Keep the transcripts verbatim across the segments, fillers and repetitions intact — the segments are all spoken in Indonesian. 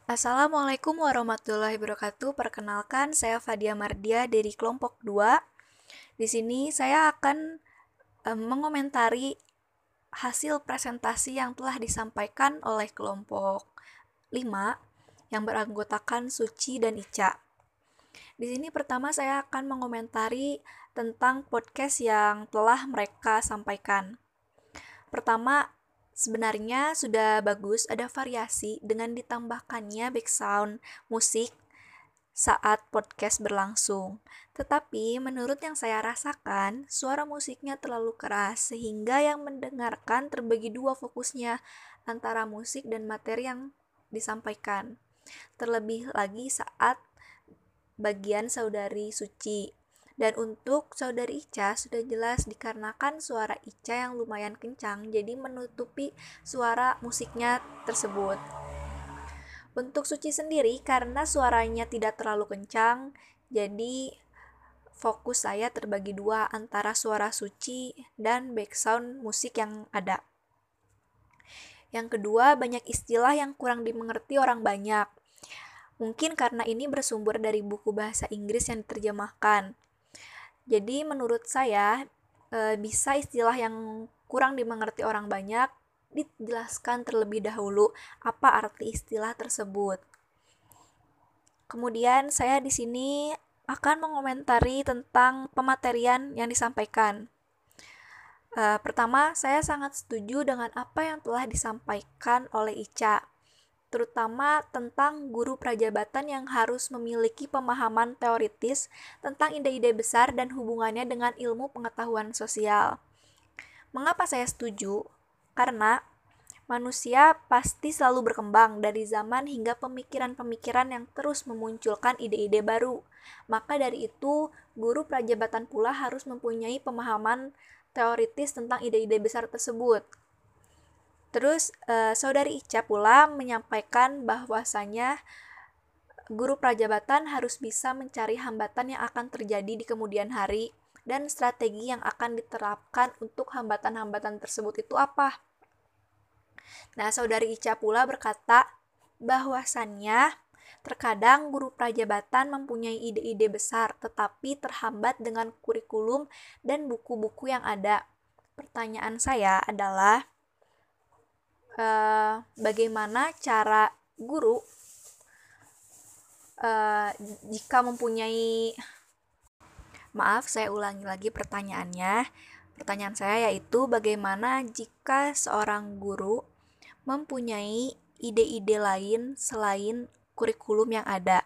Assalamualaikum warahmatullahi wabarakatuh. Perkenalkan, saya Fadia Mardia dari kelompok dua. Di sini saya akan um, mengomentari hasil presentasi yang telah disampaikan oleh kelompok lima yang beranggotakan Suci dan Ica. Di sini pertama saya akan mengomentari tentang podcast yang telah mereka sampaikan. Pertama, sebenarnya sudah bagus ada variasi dengan ditambahkannya background musik saat podcast berlangsung. Tetapi menurut yang saya rasakan, suara musiknya terlalu keras sehingga yang mendengarkan terbagi dua fokusnya antara musik dan materi yang disampaikan. Terlebih lagi saat bagian saudari Suci. Dan untuk saudari Ica sudah jelas dikarenakan suara Ica yang lumayan kencang jadi menutupi suara musiknya tersebut. Untuk Suci sendiri karena suaranya tidak terlalu kencang jadi fokus saya terbagi dua antara suara Suci dan background musik yang ada. Yang kedua, banyak istilah yang kurang dimengerti orang banyak. Mungkin karena ini bersumber dari buku bahasa Inggris yang diterjemahkan. Jadi menurut saya e, bisa istilah yang kurang dimengerti orang banyak dijelaskan terlebih dahulu apa arti istilah tersebut. Kemudian saya di sini akan mengomentari tentang pematerian yang disampaikan. E, pertama, saya sangat setuju dengan apa yang telah disampaikan oleh Ica, terutama tentang guru prajabatan yang harus memiliki pemahaman teoritis tentang ide-ide besar dan hubungannya dengan ilmu pengetahuan sosial. Mengapa saya setuju? Karena manusia pasti selalu berkembang dari zaman hingga pemikiran-pemikiran yang terus memunculkan ide-ide baru. Maka dari itu, guru prajabatan pula harus mempunyai pemahaman teoritis tentang ide-ide besar tersebut. Terus eh, saudari Ica pula menyampaikan bahwasanya guru prajabatan harus bisa mencari hambatan yang akan terjadi di kemudian hari dan strategi yang akan diterapkan untuk hambatan-hambatan tersebut itu apa. Nah, saudari Ica pula berkata bahwasannya terkadang guru prajabatan mempunyai ide-ide besar tetapi terhambat dengan kurikulum dan buku-buku yang ada. Pertanyaan saya adalah Uh, bagaimana cara guru uh, jika mempunyai maaf saya ulangi lagi pertanyaannya pertanyaan saya yaitu bagaimana jika seorang guru mempunyai ide-ide lain selain kurikulum yang ada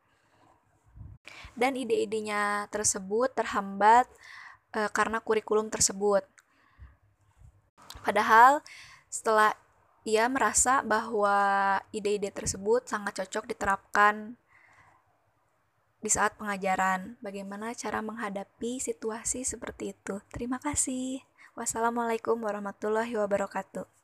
dan ide-idenya tersebut terhambat uh, karena kurikulum tersebut, padahal setelah ia merasa bahwa ide-ide tersebut sangat cocok diterapkan di saat pengajaran. Bagaimana cara menghadapi situasi seperti itu? Terima kasih. Wassalamualaikum warahmatullahi wabarakatuh.